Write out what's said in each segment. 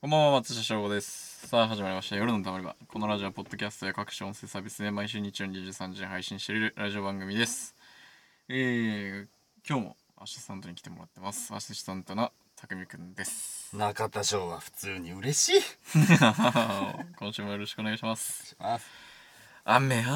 こんばんは、松下翔吾です。さあ始まりました夜のたまり場。このラジオはポッドキャストや各種音声サービスで毎週日曜23時に配信しているラジオ番組です。今日もアシスタントに来てもらってます。アシスタントのたくみくんです。 中田翔は普通に嬉しい。 今週もよろしくお願いします。 雨暑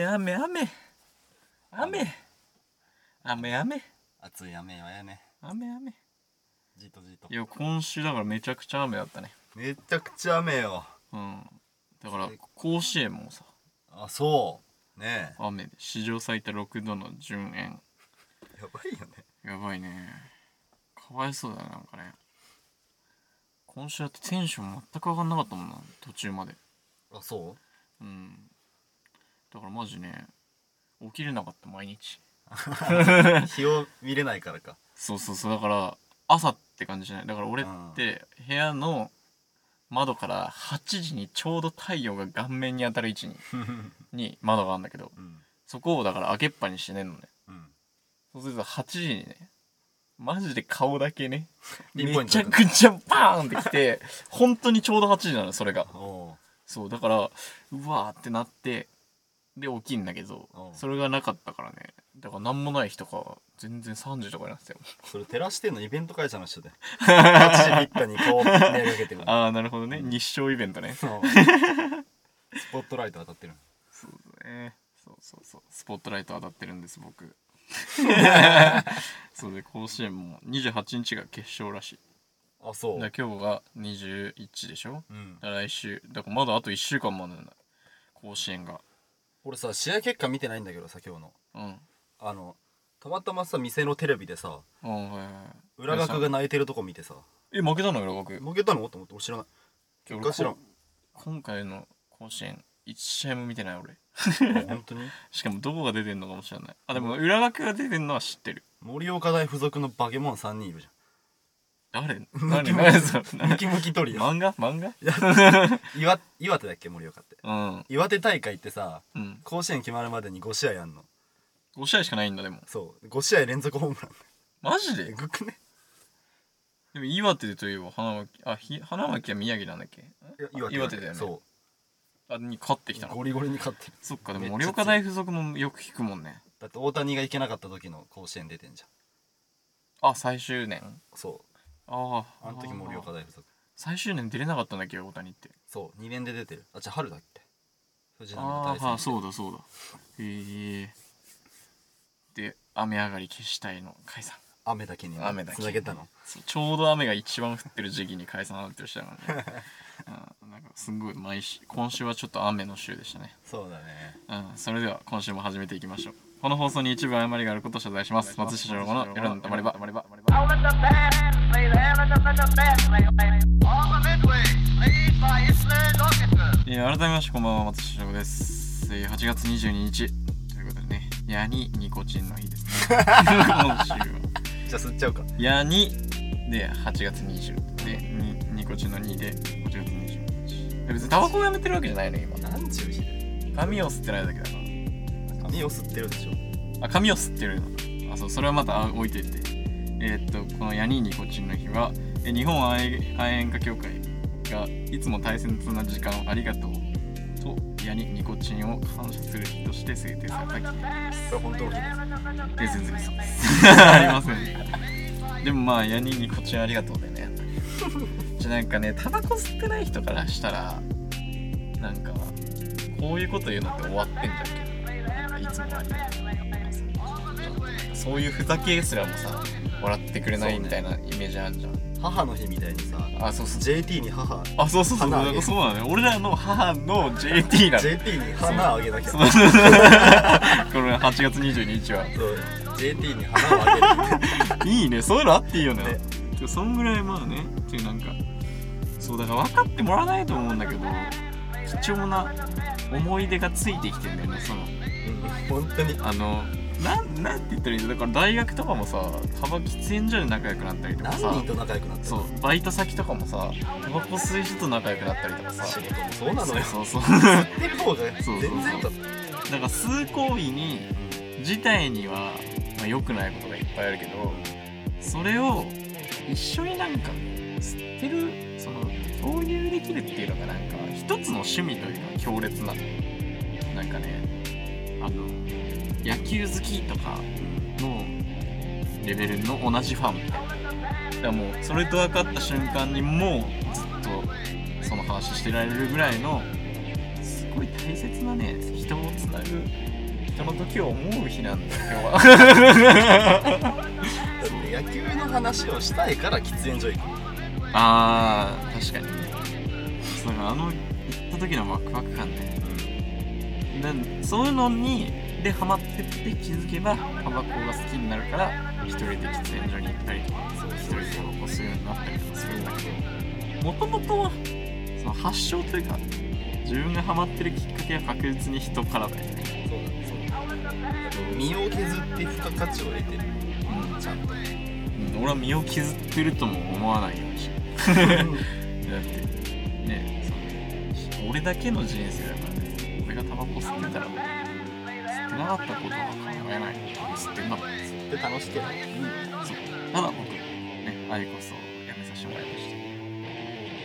い雨はやね。じとじと。 いや今週だからめちゃくちゃ雨だったね。 めちゃくちゃ雨よ。 だから甲子園もさ、 そうね雨で史上最多6度の順延。 やばいよね。 やばいね。かわいそうだね、なんかね。今週だってテンション全く上がんなかったもんな、途中まで。 そううん。だからマジね、起きれなかった毎日。 日を見れないからか。 そうだから朝って感じじゃない。だから俺って部屋の窓から8時にちょうど太陽が顔面に当たる位置に窓があるんだけど、そこをだから開けっぱにして寝んのね。そうすると8時にね、マジで顔だけね、めちゃくちゃバーンってきて、本当にちょうど8時なの、それが。そうだからうわーってなってで起きんだけど、それがなかったからね。だから何もない日とか全然3時とかになってたよ。 それ照らしてんのイベント会社の人で8時3日にこう寝かけてる。 ああなるほどね、日照イベントね。 スポットライト当たってる。 そうだね。そうスポットライト当たってるんです僕。そうで甲子園も28日が決勝らしい。 そうだ今日が21でしょ、だ来週だからまだあと1週間もあるんだ甲子園が。 俺さ試合結果見てないんだけどさ、今日のたまたまさ店のテレビでさ、裏学が泣いてるとこ見てさ、 負けたの裏学。 負けたのと思って。俺知らない。結果知らん。 今回の甲子園1試合も見てない俺。 本当に？ しかもどこが出てんのかもしれない。でも裏学が出てんのは知ってる。 盛岡大附属のバケモン3人いるじゃん。 誰ムキムキトリオ。 漫画岩手だっけ盛岡って。岩手大会ってさ、甲子園決まるまでに5試合あんの。 5試合しかないんだ。でもそう5試合連続ホームラン。 マジで？ えぐくね？ でも岩手でといえば花巻は宮城なんだっけ？岩手だよね。そうに勝ってきたの。 ゴリゴリに勝ってる。 そっか。でも盛岡大附属もよく聞くもんね。 だって大谷が行けなかった時の甲子園出てんじゃん。最終年。 そうあの時盛岡大附属最終年出れなかったんだっけ大谷って。 そう2年で出てる。じゃあ春だっけ。藤浪の対戦。そうだで雨上がり消したいの解散。 雨だけにつなげたの。 ちょうど雨が一番降ってる時期に解散なってる人だからね。なんかすごい今週はちょっと雨の週でしたね。 そうだね。 それでは今週も始めていきましょう。この放送に一部誤りがあることを謝罪します。松下翔吾の夜のたまり場。改めましてこんばんは、松下翔吾です。8月22日ということでね、ヤニニコチンの日ですね。今週はじゃあ吸っちゃうか。 ヤニで8月20でニコチンの2で8月20日。別にタバコをやめてるわけじゃないの今。 何ちゅう日で。 髪を吸ってないだけだから。 髪を吸ってるでしょ。 髪を吸ってるの。そうそれはまた置いといて。このヤニニコチンの日は日本愛煙家協会がいつも大切な時間をありがとうとヤニニコチンを感謝する日として制定された記念です。 それ本当の日です。 全然そうです。ありません。でもヤニニコチンありがとうだよねやっぱり。じゃなんかね、タバコ吸ってない人からしたらなんかこういうこと言うのって終わってんじゃんけど、なんかいつもありがとう。そういうふざけすらもさ笑ってくれないみたいなイメージあるじゃん。 母の日みたいにさ、 そう JT に母、 そうそうだね。俺らの母の JT なの。 JT に花をあげなきゃ。これ8月22日はそう JT に花をあげる。 いいね、そういうのあっていいよね。そんぐらいねっていうなんかそうだから分かってもらわないと思うんだけど、貴重な思い出がついてきてんだよね。 本当になんて言ったらいいんだ。だから大学とかもさ、喫煙所で仲良くなったりとかさ、 何人と仲良くなったり、 そうバイト先とかもさ、タバコ吸う人と仲良くなったりとかさ、 仕事もそうなのよ。 そう吸ってる方が全然だった。 だから吸う行為に自体には良くないことがいっぱいあるけど、それを一緒になんか吸その共有できるっていうのがなんか一つの趣味というか強烈ななんかね野球好きとかのレベルの同じファンみたいな。だからもうそれと分かった瞬間にもうずっとその話してられるぐらいのすごい大切なね人をつなぐ人の時を思う日なんだ今日は。 だって野球の話をしたいから喫煙所行く。 あー確かにそう行った時のワクワク感ね、そういうのにでハマってって気づけばタバコが好きになるから一人で喫煙所に行ったりとか一人でタバコ吸うようになったりとかするんだけど、もともとはその発祥というか自分がハマってるきっかけは確実に人からだよね。 そう身を削って付加価値を得てる、ちゃんと、 俺は身を削ってるとも思わないようにしだってねその俺だけの人生だからね。俺がタバコ吸ってたら吸ってなかったことは考えない。吸ってんだもん。 吸って楽しければいい。 そうただ僕ねアイコスをやめさせてもらいまして、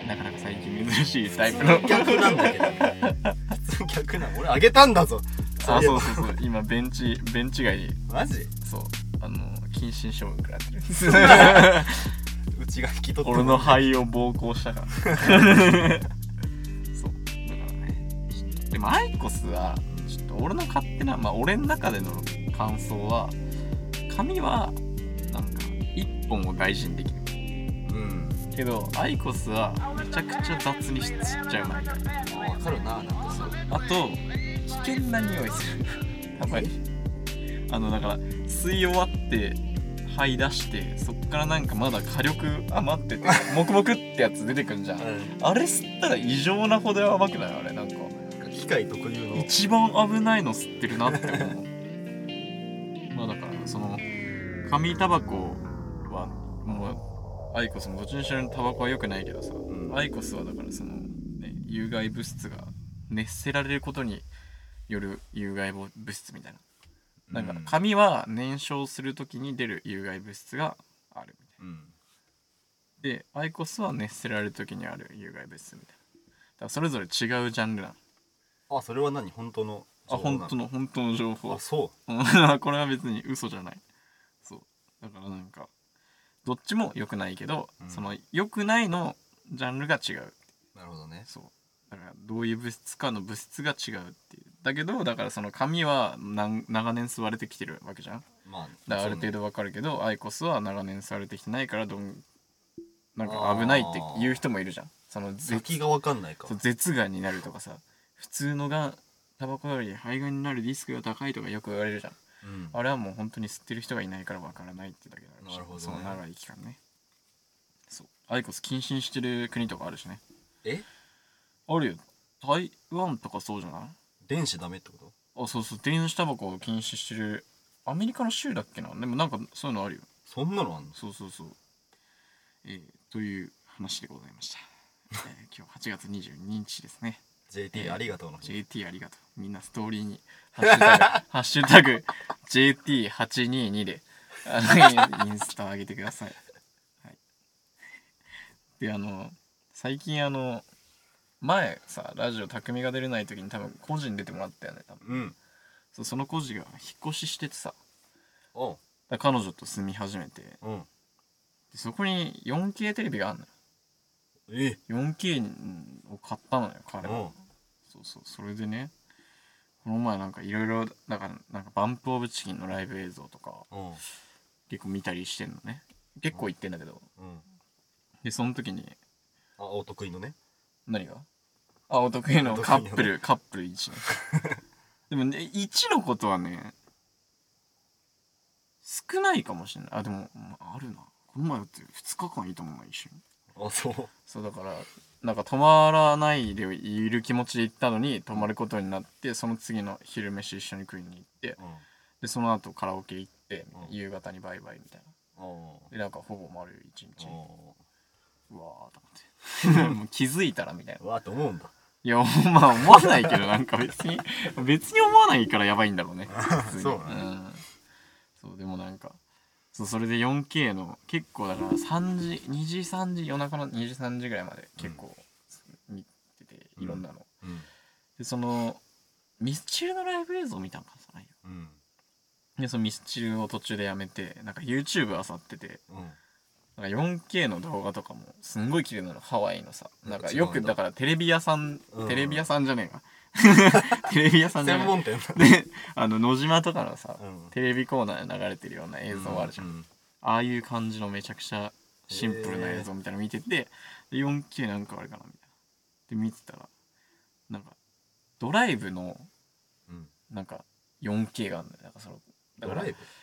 なかなか最近珍しいタイプの逆なんだけどね。普通逆なの。俺あげたんだぞ。 そう今ベンチ外マジそう謹慎処分食らってるんですうちが引き取って俺の肺を暴行したからそうだからね。でもアイコスはちょっと俺の勝手な俺の中での感想は髪はなんか一本を大事にできる、けどアイコスはめちゃくちゃ雑にしちゃう毎回。 わかるな。なんかそうあと危険な匂いするたまにだから吸い終わって吐い出してそっからなんかまだ火力余っててモクモクってやつ出てくんじゃん、あれ吸ったら異常なほどやばくない？あれなんか機械特有の一番危ないの吸ってるなって思うだからその紙タバコはもうアイコスもどっちにしろタバコは良くないけどさ、アイコスはだからその、有害物質が熱せられることによる有害物質みたいな、なんか紙は燃焼するときに出る有害物質があるみたいな、でアイコスは熱せられるときにある有害物質みたいな。だからそれぞれ違うジャンルなの。 それは何？本当の情報なの？本当の情報。 そうこれは別に嘘じゃない。そうだからなんかどっちも良くないけど、その良くないのジャンルが違う。 なるほどね。 そうだからどういう物質かの物質が違うっていう。だけどだからその紙は長年吸われてきてるわけじゃん。だからある程度わかるけどアイコスは長年吸われてきてないからなんか危ないって言う人もいるじゃん。その先がわかんないか。 舌がんになるとかさ、普通のがタバコより肺がんになるリスクが高いとかよく言われるじゃん、あれはもう本当に吸ってる人がいないからわからないってだけだし、 なるほどね、 その長い期間ね。そうアイコス禁止にしてる国とかあるしね。あるよ。台湾とかそうじゃない？ 電子ダメってこと？ そう電子タバコを禁止してるアメリカの州だっけな。でもなんかそういうのあるよ。 そんなのあんの？ そうという話でございました、今日8月22日ですね。 JT ありがとうの日。 JT ありがとう。みんなストーリーにハッシュタグJT822 でインスタ上げてください、はい、で最近前さラジオ匠が出れない時に多分個人出てもらったよね多分、その個人が引っ越ししててさ、彼女と住み始めて、でそこに 4K テレビがあるのよ。4K を買ったのよ彼は。それでねこの前なんかいろいろなんかバンプオブチキンのライブ映像とか結構見たりしてんのね。結構行ってんだけど、でその時にお得意のね。 何が？お得意のカップル1ねでもね1のことはね少ないかもしれない。でもあるな。この前だって2日間いたもんな一緒に。そうだからなんか泊まらないでいる気持ちで行ったのに泊まることになって、その次の昼飯一緒に食いに行って、でその後カラオケ行って、夕方にバイバイみたいな。でなんかほぼ丸一日。うわーと思ってもう気づいたらみたいな。 うわーって思うんだ。 いや思わないけどなんか別に思わないからやばいんだろうね。そうでもなんかそうそれで 4K の結構だから3時2時3時夜中の2時3時ぐらいまで結構見てて、いろんなの、でそのミスチルのライブ映像見たんかな、でそのミスチルを途中でやめてなんか YouTube 漁ってて、なんか 4K の動画とかもすんごい綺麗なの、ハワイのさ、なんかよくだからテレビ屋さんじゃねえかテレビ屋さんじゃねえ専門店で野島とかのさ、テレビコーナーで流れてるような映像あるじゃん、ああいう感じのめちゃくちゃシンプルな映像みたいなの見てて、で 4K なんかあるかなみたいなで見てたら、なんかドライブのなんか 4K があるんだよ。なんかそのだから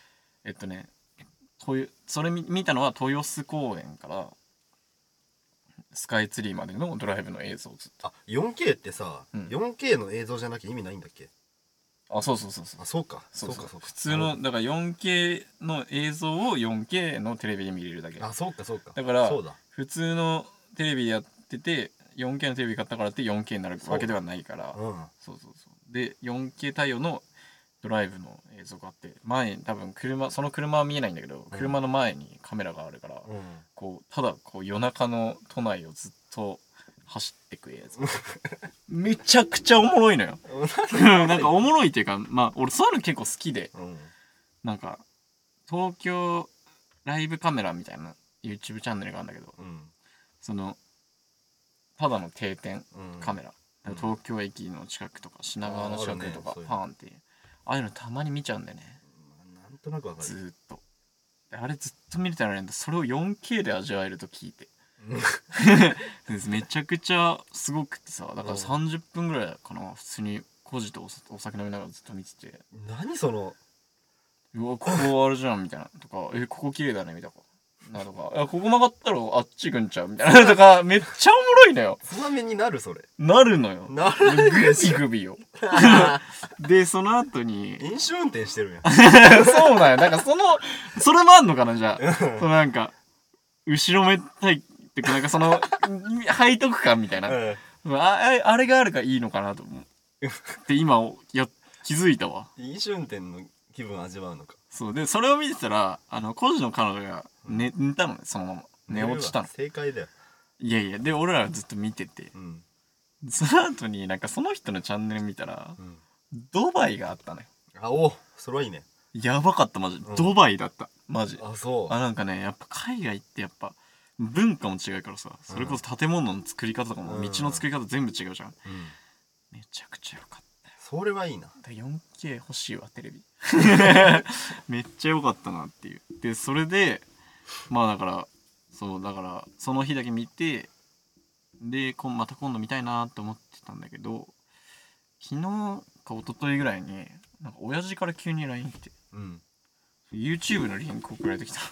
それ見たのは豊洲公園からスカイツリーまでのドライブの映像をずっと。 4K ってさ、4K の映像じゃなきゃ意味ないんだっけ？ そうそうか普通のだから 4K の映像を 4K のテレビで見れるだけ。 そうかだから普通のテレビでやってて 4K のテレビ買ったからって 4K になるわけではないから、そうで 4K 対応のドライブの映像があって、前に多分その車は見えないんだけど、車の前にカメラがあるから、こうただこう夜中の都内をずっと走ってく映像めちゃくちゃおもろいのよなんかおもろいっていうか、まあ俺そういうの結構好きで、なんか東京ライブカメラみたいな YouTube チャンネルがあるんだけど、そのただの定点カメラ、東京駅の近くとか品川の近くとかパーンっていうああいうのたまに見ちゃうんだよね。 なんとなくわかる。 ずっとあれずっと見れたらね、それを 4K で味わえると聞いてめちゃくちゃすごくてさ、だから30分ぐらいかな、普通にコジとお酒飲みながらずっと見てて、 何そのうわここあるじゃんみたいなとか、ここ綺麗だねみたいなとか、ここ曲がったらあっち行くんちゃうみたいなとかめっちゃおもろいのよ。 つまめになる、それなるのよ。 ならないグビグビよでその後に飲酒運転してるやんそうなんよ。なんかそれもあんのかな、じゃあそのなんか後ろめたいってか、なんかその背徳感みたいな、あれがあるからいいのかなと思うって今気づいたわ。 飲酒運転の気分味わうのか。 そうでそれを見てたらコジの彼女が寝たのね、そのまま寝落ちたの。 正解だよ。 いやいや、で俺らはずっと見てて、その後になんかその人のチャンネル見たら、ドバイがあったのよ。 それはいいね。 やばかったマジ、ドバイだったマジ。 そう。 なんかね、やっぱ海外ってやっぱ文化も違うからさ、それこそ建物の作り方とかも道の作り方全部違うじゃん、めちゃくちゃよかったよ。 それはいいな。 4K 欲しいわテレビめっちゃ良かったなっていう。でそれでまあだからその日だけ見て、でまた今度見たいなって思ってたんだけど、昨日か一昨日ぐらいになんか親父から急に LINE 来て、YouTube のリンク送られてきた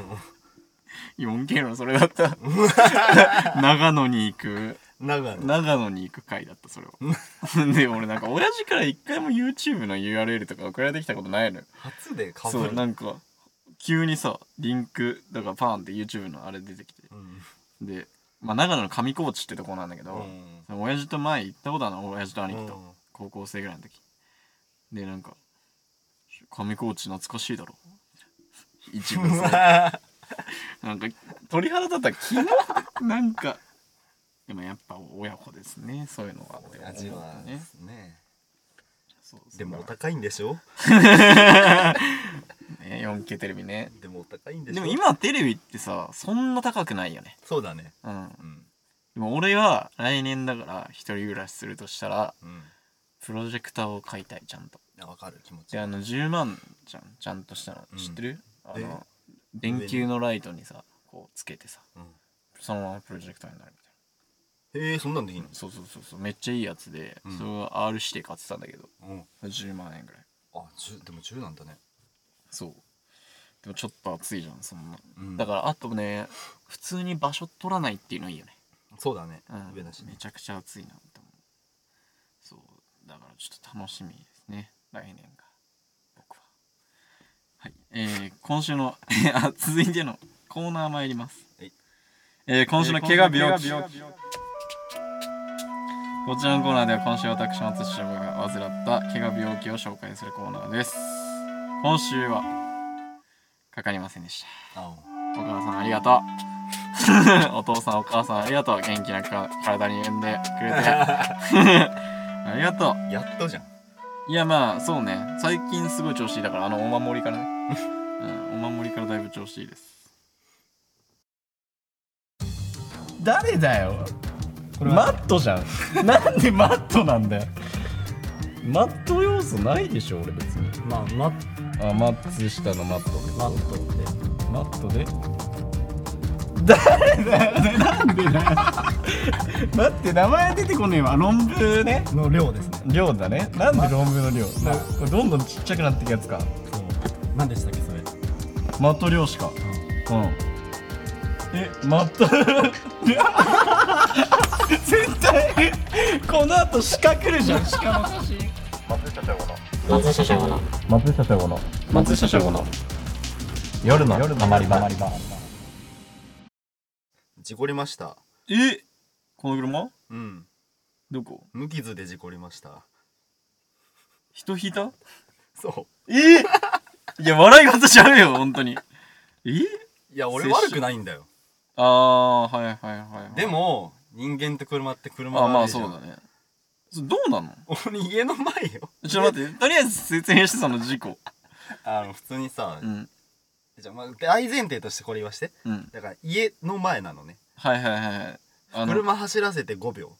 4K のそれだった長野に行く回だったそれをで俺なんか親父から一回も YouTube の URL とか送られてきたことないのよ。 初でかぶる。 そうなんか急にさリンクだからパーンって YouTube のあれ出てきて、でまあ長野の上高地ってとこなんだけど、親父と前行ったことあるの、親父と兄貴と、高校生ぐらいの時で、なんか上高地懐かしいだろ一部さなんか鳥肌立ったらキモなんかでもやっぱ親子ですね、そういうのはって思うね。 そうでもお高いんでしょね、4K テレビね。 でもお高いんでしょ。 でも今テレビってさそんな高くないよね。 そうだね。 でも俺は来年だから一人暮らしするとしたら、プロジェクターを買いたい、ちゃんと。 わかる気持ち。 で10万じゃん、ちゃんとしたの、知ってる？電球のライトにさこうつけてさ、そのままプロジェクターになるみたいな。 そんなんでいいの？ そうめっちゃいいやつで、それは R 指定買ってたんだけど、10万円ぐらい。 でも10なんだね。 そうでもちょっと暑いじゃんそんな、だからあとね普通に場所取らないっていうのいいよね。 そうだね、上だしめちゃくちゃ暑いなって思う。そうだからちょっと楽しみですね、来年が僕は。はい、今週の続いてのコーナー参ります。今週の怪我病気。こちらのコーナーでは今週私松下が患った怪我病気を紹介するコーナーです。今週はかかりませんでした。 あお母さんありがとうお父さんお母さんありがとう。元気な体に産んでくれてありがとう。 やっとじゃん。 いやまあそうね、最近すごい調子いいだから、お守りからねお守りからだいぶ調子いいです。誰だよマットじゃんなんでマットなんだよ。マット要素ないでしょ俺別に。 まあ松下のマットってマットってマットで誰だよなんでだよ待って名前出てこねえわ。論文ねの量ですね。 量だね。なんで論文の量、これどんどんちっちゃくなっていくやつか。 そう何でしたっけそれ。 マット漁師か。マット絶対この後鹿来るじゃん。鹿の写真。松下翔吾の夜のたまり場。 事故りました。 この車？ うん。 どこ？ 無傷で事故りました。 人引いた？ そう。 いや笑い方ちゃうよ本当に。 いや俺悪くないんだよ。 はい。 でも人間と車って車がまあそうだね。どうなの？ 俺家の前よ。 ちょっと待って、とりあえず説明してその事故。 普通にさ、じゃあまあ大前提としてこれ言わして。だから家の前なのね。 はい。 車走らせて5秒。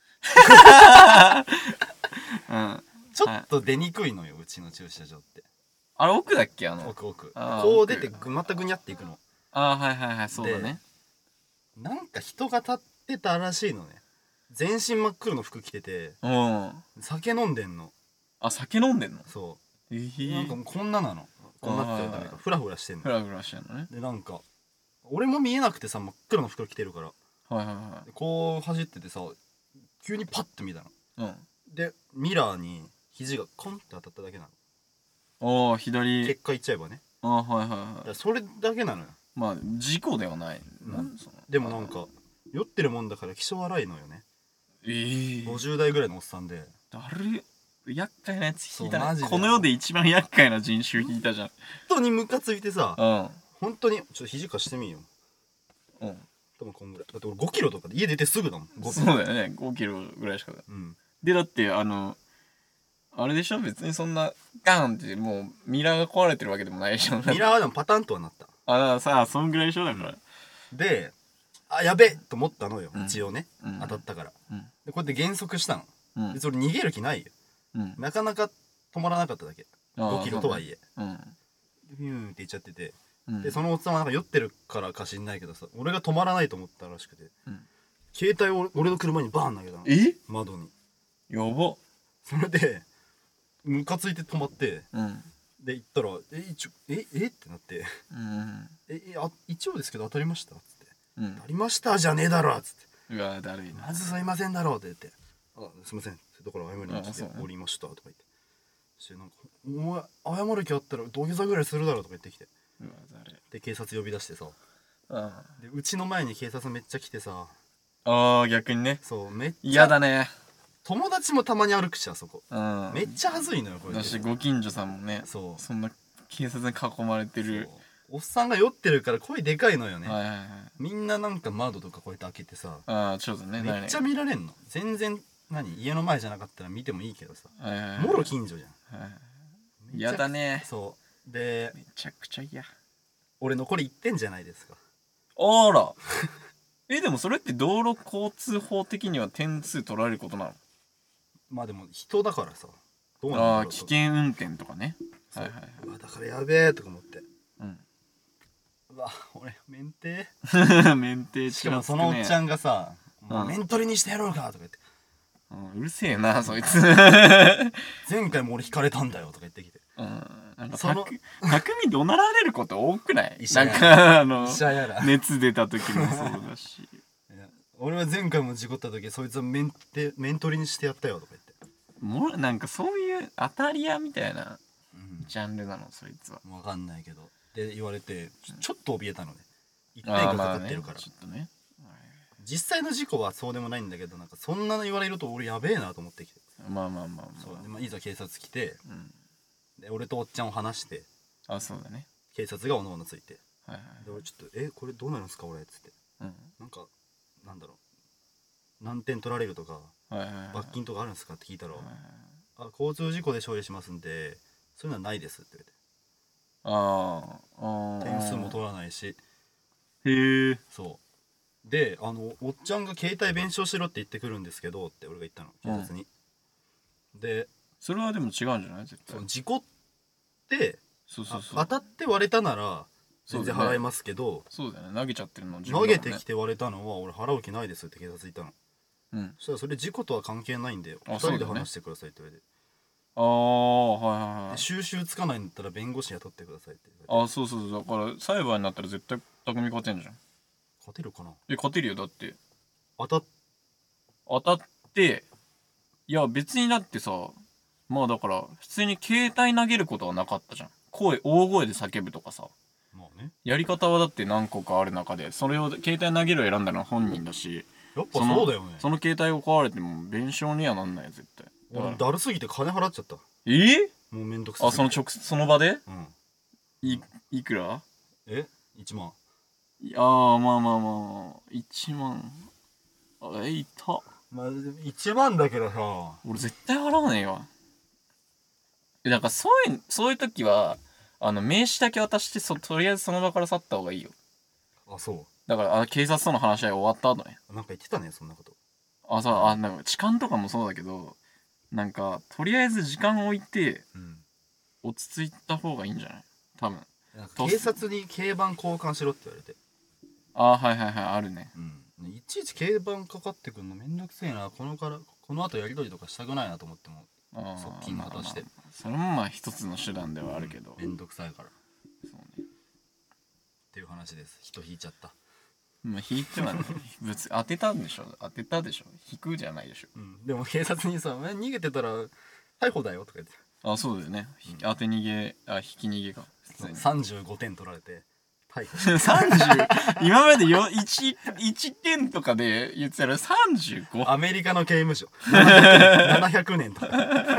ちょっと出にくいのようちの駐車場って。 あれ奥だっけ？ 奥。こう出てまたぐにゃっていくの。 はいそうだね。 なんか人が立ってたらしいのね。全身真っ黒の服着てて、酒飲んでんの。 酒飲んでんの？ そう。なんかもうこんななの。こんなってダメか。フラフラしてんの。 ね。 でなんか俺も見えなくてさ、真っ黒の服着てるから。こう走っててさ、急にパッと見たの。でミラーに肘がコンって当たっただけなの。左。 結果言っちゃえばね。それだけなのよ。 まあ事故ではない。 でもなんか酔ってるもんだから気性荒いのよね。50代ぐらいのおっさんで。厄介なやつ引いたね。この世で一番厄介な人種引いたじゃん。 本当にムカついてさ、本当にちょっと肘貸してみよ。多分こんぐらいだって俺5キロとかで家出てすぐだもん。 そうだよね、5キロぐらいしかだ。でだってあれでしょ、別にそんなガーンってもうミラーが壊れてるわけでもないでしょ。 ミラーはでもパタンとはなった。 さあそんぐらいでしょ。だからでやべえと思ったのよ、一応ね、当たったから。でこうやって減速したの。でそれ逃げる気ないよ。なかなか止まらなかっただけ。5キロとはいえ。ビューンって言っちゃってて、でそのおっさんはなんか酔ってるからか知んないけどさ、俺が止まらないと思ったらしくて、携帯を俺の車にバーン投げたの。窓に。 やば。 それでムカついて止まって、で行ったらってなって、一応ですけど当たりましたっつって、当たりましたじゃねえだろっつって、 うわだるいな。 まずすいませんだろって言って、すいませんだから謝りました降りましたとか言って、そしてなんかお前謝る気あったら土下座ぐらいするだろとか言ってきて、で警察呼び出してさ、でうちの前に警察めっちゃ来てさ、 逆にね。 そうめっちゃ嫌だね。 友達もたまに歩くしあそこ、めっちゃ恥ずいのよこれ。 だしご近所さんもね、そんな警察に囲まれてるおっさんが酔ってるから声でかいのよね。みんななんか窓とかこうやって開けてさ、 ちょっとねめっちゃ見られんの。全然家の前じゃなかったら見てもいいけどさ、もろ近所じゃん。 嫌だね。 そうでめちゃくちゃ嫌。 俺残り1点じゃないですか。 あらでもそれって道路交通法的には点数取られることなの？ まあでも人だからさ、どうなんだろう。 危険運転とかね。 だからやべえとか思って、うわ俺免停免停。 しかもそのおっちゃんがさ、免取りにしてやろうかとか言って、 うるせえなそいつ。 前回も俺引かれたんだよとか言ってきて、 なんか匠怒鳴られること多くない？ なんか熱出た時もそうだし。 俺は前回も事故った時そいつは免取りにしてやったよとか言って、 なんかそういう当たり屋みたいなジャンルなのそいつは。 分かんないけどって言われてちょっと怯えたのね。一点がかかってるから。ちょっとね。実際の事故はそうでもないんだけど、なんかそんなの言われると俺やべえなと思ってきて。そうでいざ警察来て、で俺とおっちゃんを話して、 そうだね。 警察がおのおのついて、 はいはい、 で俺ちょっとこれどうなるんですか俺っつって、なんかなんだろう何点取られるとか、罰金とかあるんですかって聞いたら、交通事故で処理しますんでそういうのはないですって言われて、点数も取らないし、 へえ、 そうでおっちゃんが携帯弁償しろって言ってくるんですけどって俺が言ったの警察に、でそれはでも違うんじゃない絶対。 その事故ってそう当たって割れたなら全然払いますけど、 そうだよね、投げちゃってるの投げてきて割れたのは俺払う気ないですって警察言ったの。そしたらそれ事故とは関係ないんで2人で話してくださいって言われて、収集つかないんだったら弁護士雇ってくださいって言われて、 そうだから裁判になったら絶対匠勝てんじゃん。 勝てるかな。 勝てるよ。だって当たって、いや別にだってさ、まあだから普通に携帯投げることはなかったじゃん。大声で叫ぶとかさ、 まあね、 やり方はだって何個かある中でそれを携帯投げるを選んだのは本人だし、 やっぱそうだよね。 その携帯を壊れても弁償にはなんないよ絶対。 俺だるすぎて金払っちゃった。もうめんどくさい。その場で、いくら ？1万。 まあ1万。いた。 まあ1万だけどさ、 俺絶対払わねえわ。だからそういう時は名刺だけ渡してとりあえずその場から去った方がいいよ。 そうだから警察との話し合い終わった後ね。 なんか言ってたねそんなこと。 なんか痴漢とかもそうだけど、なんかとりあえず時間置いて、落ち着いた方がいいんじゃない多分。 警察に軽バン交換しろって言われて、 あるね。 いちいち軽バンかかってくんのめんどくせえな、この後やり取りとかしたくないなと思っても側近果たして、 それもまあ一つの手段ではあるけど、 めんどくさいからそうねっていう話です。人引いちゃった。 まあ引いてはね別当てたでしょ引くじゃないでしょ。 でも警察にさ「逃げてたら逮捕だよ」とか言って、 そうだよね、当て逃げ引き逃げか普通に35点取られて逮捕 30今まで1点とかで言ってたら 35？ アメリカの刑務所700年とか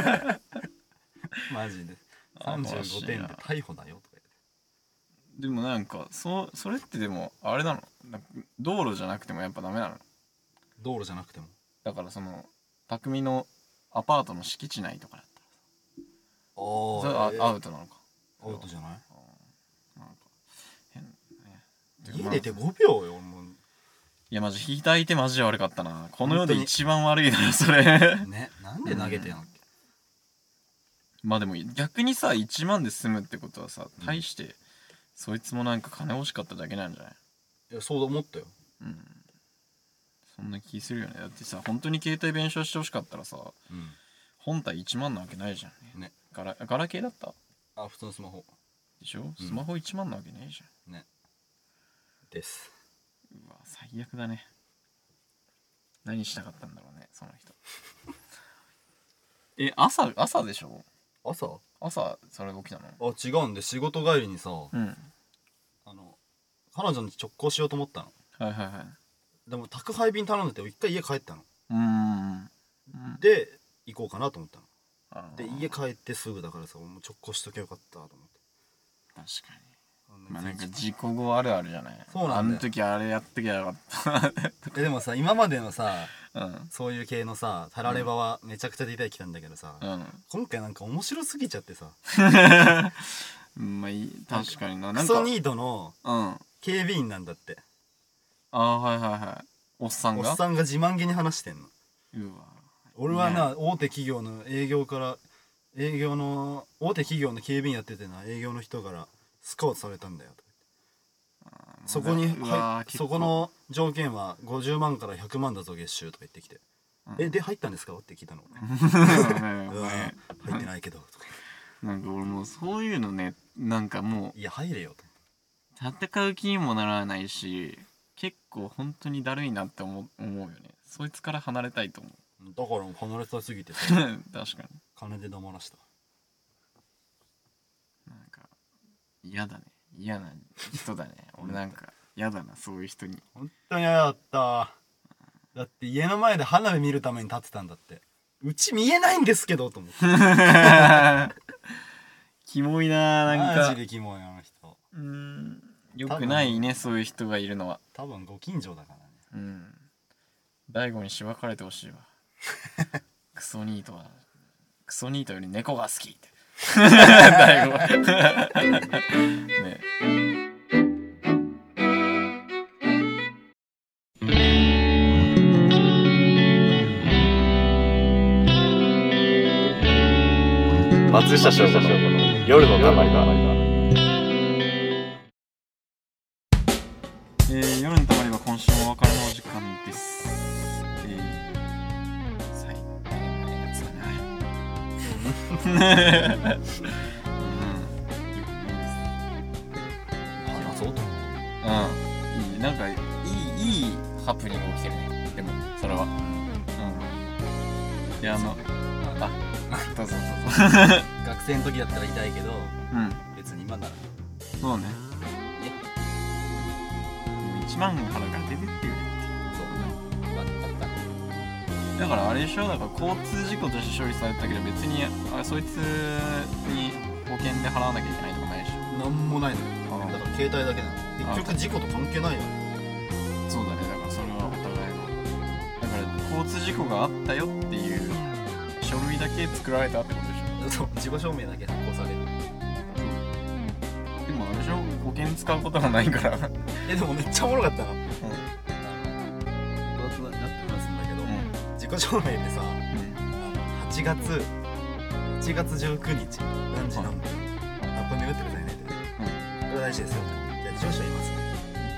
マジで35点で逮捕だよとか言って。 でもなんかそれってでもあれなの、道路じゃなくてもやっぱダメなの？ 道路じゃなくてもだからその匠のアパートの敷地内とかだったらアウトなのか。 アウトじゃない？ なんか変ね。家出て5秒よもう。 いやマジ引いた相手マジで悪かったな。この世で一番悪いなそれね、なんで投げてんのっけ。 まあでも逆にさ1万で済むってことはさ、大してそいつもなんか金欲しかっただけなんじゃない？ いやそう思ったよ。 そんな気するよね。だってさ本当に携帯弁償してほしかったらさ、本体1万なわけないじゃんね。ガラケーだった？ 普通のスマホでしょ、スマホ1万なわけないじゃんね。です。 うわ最悪だね。何したかったんだろうねその人朝でしょ？朝それ起きたの？ 違うんで、仕事帰りにさ、彼女に直行しようと思ったの。でも宅配便頼んでて一回家帰ったの。で行こうかなと思ったの。で家帰ってすぐだからさ、もう直行しときゃよかったと思って。 確かに。まあなんか事故後あるあるじゃない。 そうなんだよ。 あの時あれやっときゃよかったでもさ今までのさ、そういう系のさタラレバはめちゃくちゃ出てきたんだけどさ、今回なんか面白すぎちゃってさまあいい、確かにな。 クソニートの警備員なんだって。おっさんが自慢げに話してんの。俺はな、大手企業の大手企業の警備員やっててな、営業の人からスカウトされたんだよと。そこの条件は50万から100万だぞ月収とか言ってきて、で入ったんですかって聞いたの。入ってないけどとか。 なんか俺もうそういうのね、なんかもういや入れよと戦う気にもならないし、結構本当にだるいなって思うよね。そいつから離れたいと思う。 だから離れたすぎて確かに金で黙らした。 なんか嫌だね、嫌な人だね俺なんか嫌だな、そういう人に。 本当に嫌だった。だって家の前で花火見るために立ってたんだって。うち見えないんですけどと思ってキモいな、なんかマジでキモいあの人。 よくないね、そういう人がいるのは。 多分ご近所だからね。 大悟にしばかれてほしいわ。クソニートより猫が好きって大悟ね。 松下翔吾の夜のたまり場。 夜のたまり場、今週もお別れのお時間です。最後のやつだね。 話そうと。 なんかいいハプニング起きてるね。でもそれは。いやそう学生の時だったら痛いけど、別に今なら。 そうね。1万払うから出てって言うね。 そうね。よかった。 だからあれでしょ、だから交通事故として処理されたけど、別にそいつに保険で払わなきゃいけないとかないでしょ。 なんもないのよ。だから携帯だけなの。結局事故と関係ないよ。 そうだね。だからそれはお互いの。だから交通事故があったよっていう書類だけ作られたってことでしょ。そう、自己証明だけ発行される。 でもあれでしょ、保険使うことがないからでもめっちゃおもろかったな。部活になって話すんだけど、自己証明でさ、8月19日何時何分、これ眠ってくださいねって、これ大事ですよ。じゃあ住所言います。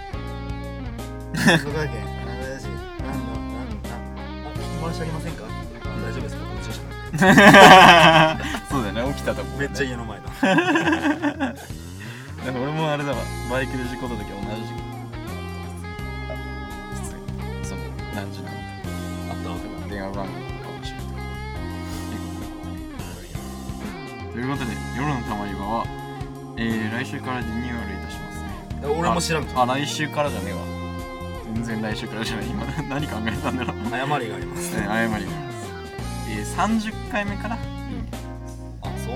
福岡県大事聞き回しありませんか。大丈夫ですか、この住所そうだよね、起きたとこめっちゃ家の前だ。 俺もあれだわ、バイクで事故った時同じ事故。その何時なんだあったわけだ、電話番号かもしれない。ということで、夜のたまり場は、来週からリニューアルいたしますね。 俺も知らんか。 来週からじゃねえわ。全然来週からじゃない。今何考えたんだろう。 誤りがありますね。 誤りがあります。30回目からリニューアルです。 あ、そう。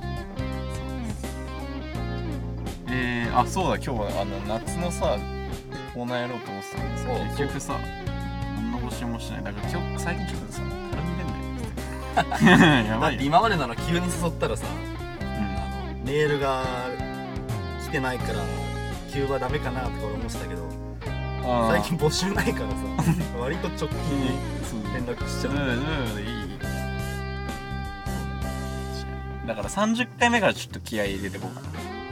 そうだ、今日は夏のさコーナーやろうと思ってたんですけど、結局さ何の募集もしない。だから今日最近ちょっとさたるみでんだよやばいよ。 今までなら急に誘ったらさ、メールが来てないから急はダメかなとか俺思ってたけど、最近募集ないからさ割と直近に連絡しちゃう。だから30回目からちょっと気合い入れてこうかな。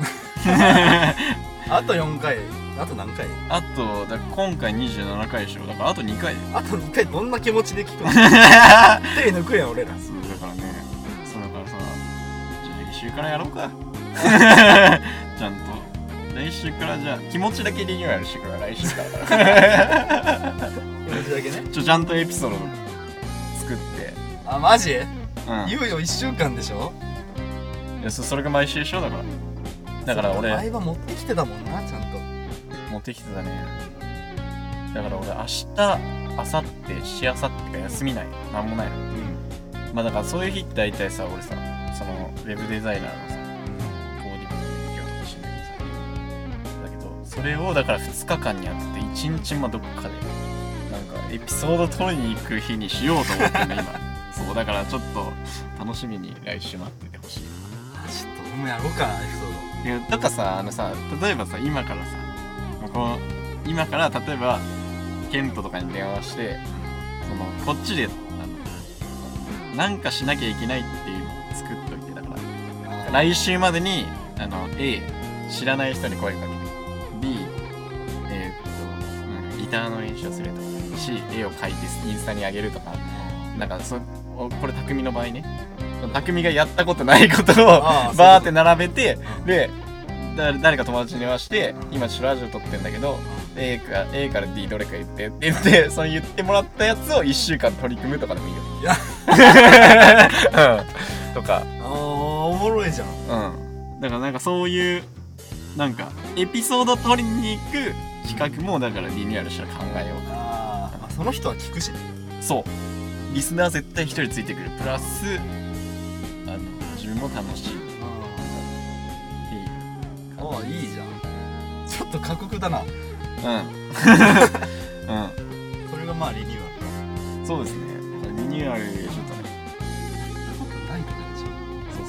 あと4回、あと何回？ だから今回27回でしょ。だからあと2回で。 あと2回どんな気持ちで聞くの？手抜くやん俺ら。 そうだからね。そうだからさ、じゃあ来週からやろうか。ちゃんと来週からじゃあ気持ちだけリニューアルしてくれ。来週から。 気持ちだけね。 ちゃんとエピソード作って。 あ、マジ？いよいよ1週間でしょ？ いや、それが毎週でしょ。だから俺前は持ってきてたもんな、ちゃんと持ってきてたね。だから俺明日明後日しあさってか休みない、なんもないの。まあだからそういう日って大体さ、俺さそのウェブデザイナーのさコーディングの勉強とかしないとさ、だけどそれをだから2日間に当てて1日どっかでなんかエピソード取りに行く日にしようと思ってんだ今。そうだからちょっと楽しみに来週待っててほしい。 ちょっと俺もやろうかな、エピソード。 いや、とかさ、例えばさ、今から例えばケントとかに電話してこっちでなんかしなきゃいけないっていうのを作っといて、だから来週までにA 知らない人に声かけて、 B ギターの練習をするとか、C 絵を描いてインスタに上げるとか、なんかこれ匠の場合ね、匠がやったことないことをバーって並べて、で誰か友達に電話して、今ちょっとラジオ撮ってんだけど A から D どれか言ってって言って、その言ってもらったやつを1週間取り組むとかでもいいよ。とかおもろいじゃん。だからなんかそういうなんかエピソード取りに行く企画もだからリニューアルしたら考えようか。 その人は聞くしね。 そうリスナー絶対一人ついてくる、プラス自分も楽しいっていう考ああいいじゃん。ちょっと過酷だな。うんそれがまあリニューアル。そうですね。リニューアルちょっとねないとかでしょ。そう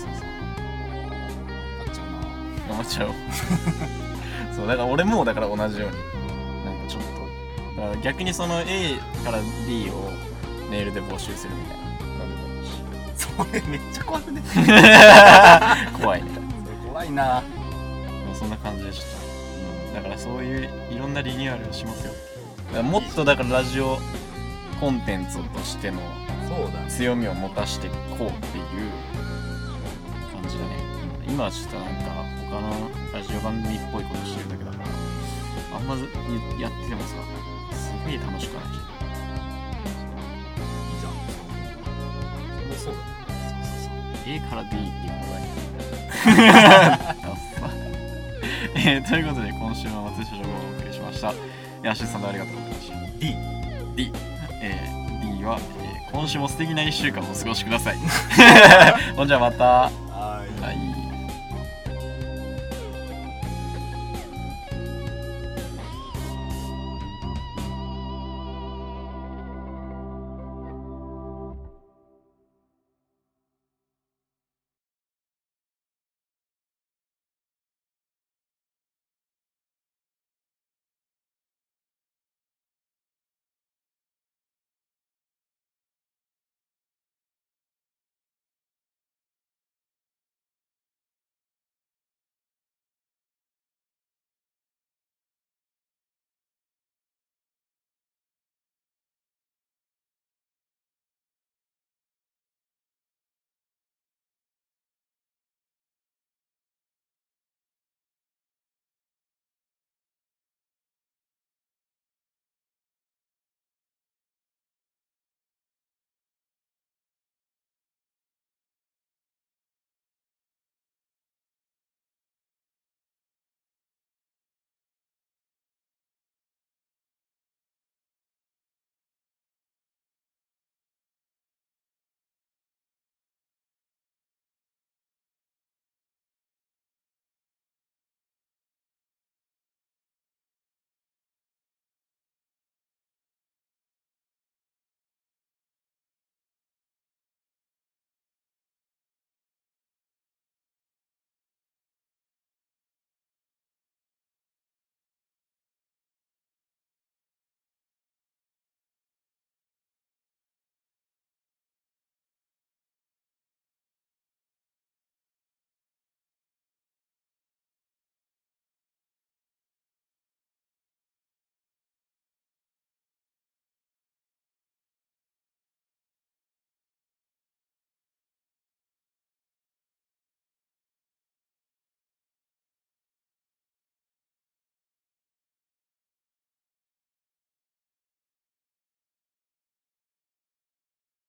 頑張っちゃうそうだから俺もだから同じようになんかちょっとだから逆にその A から D をメールで募集するみたいなのでもいいし。 それめっちゃ怖くね怖いね。 それ怖いな。 そんな感じでした。だからそういういろんなリニューアルをしますよ。だからもっとだからラジオコンテンツとしての強みを持たしていこうっていう感じだね。今はちょっとなんか他のラジオ番組っぽいことしてるだけだからあんまやっててもさすげえ楽しくないじゃん。 いいじゃん。そうだね。 A から D っていうのがということで今週は松井社長がお送りしました。アシスタントありがとうございました。 D は、今週も素敵な1週間をお過ごしくださいほんじゃまた。